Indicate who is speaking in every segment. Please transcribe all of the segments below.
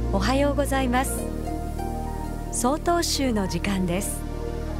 Speaker 1: おはようございます。総統集の時間です。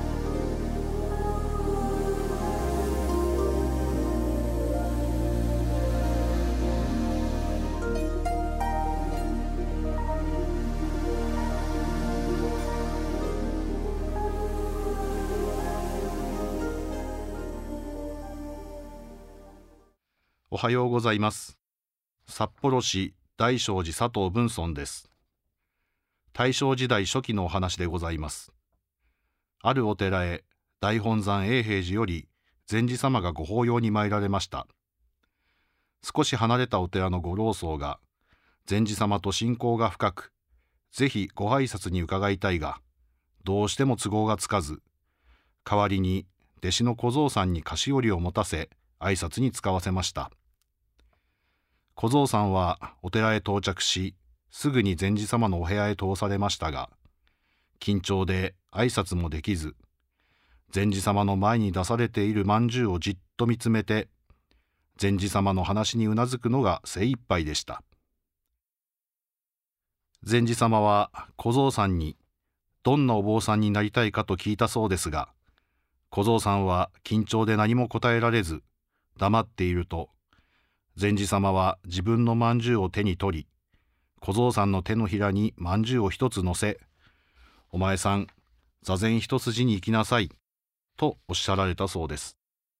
Speaker 2: おはようございます。札幌市大正寺佐藤文尊です。大正時代初期のお話でございます。あるお寺へ大本山永平寺より禅師様がご法要に参られました。少し離れたお寺のご老僧が禅師様と親交が深く、ぜひご挨拶に伺いたいが、どうしても都合がつかず、代わりに弟子の小僧さんに菓子折りを持たせ挨拶に使わせました。小僧さんはお寺へ到着し、すぐに禅師様のお部屋へ通されましたが、緊張で挨拶もできず、禅師様の前に出されている饅頭をじっと見つめて、禅師様の話にうなずくのが精一杯でした。禅師様は小僧さんにどんなお坊さんになりたいかと聞いたそうですが、小僧さんは緊張で何も答えられず、黙っていると、禅師様は自分の饅頭を手に取り、小僧さんの手のひらに饅頭を一つ乗せ、お前さん、座禅一筋に行きなさい、とおっしゃられたそうです。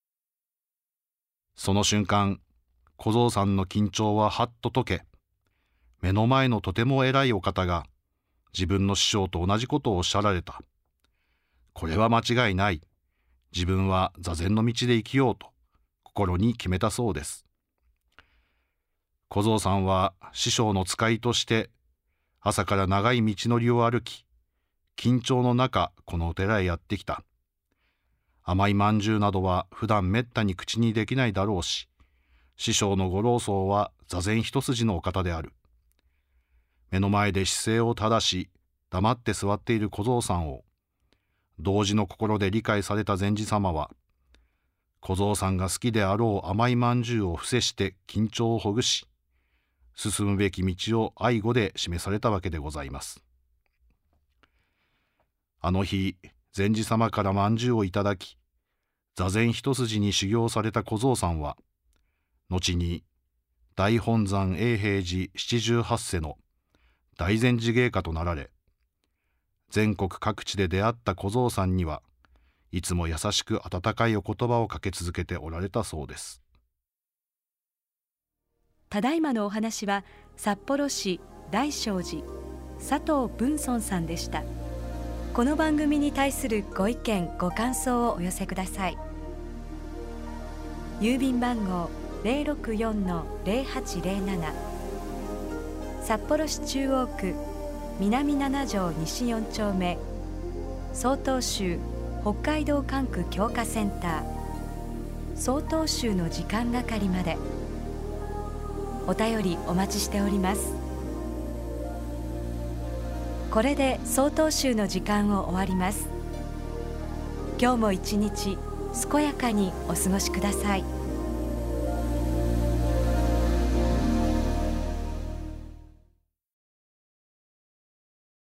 Speaker 2: その瞬間、小僧さんの緊張ははっと解け、目の前のとても偉いお方が、自分の師匠と同じことをおっしゃられた。これは間違いない。自分は座禅の道で生きようと、心に決めたそうです。小僧さんは師匠の使いとして朝から長い道のりを歩き、緊張の中このお寺へやってきた。甘い饅頭などは普段めったに口にできないだろうし、師匠のご老僧は座禅一筋のお方である。目の前で姿勢を正し、黙って座っている小僧さんを同時の心で理解された禅師様は、小僧さんが好きであろう甘い饅頭を伏せして緊張をほぐし、進むべき道を愛語で示されたわけでございます。あの日、禅師様から饅頭をいただき、座禅一筋に修行された小僧さんは、後に大本山永平寺七十八世の大禅寺芸家となられ、全国各地で出会った小僧さんには、いつも優しく温かいお言葉をかけ続けておられたそうです。
Speaker 1: ただいまのお話は札幌市大正寺佐藤文尊さんでした。この番組に対するご意見ご感想をお寄せください。郵便番号 064-0807 札幌市中央区南7条西4丁目、曹洞宗北海道管区強化センター曹洞宗の時間係まで。お便りお待ちしております。これで曹洞宗の時間を終わります。今日も一日健やかにお過ごしください。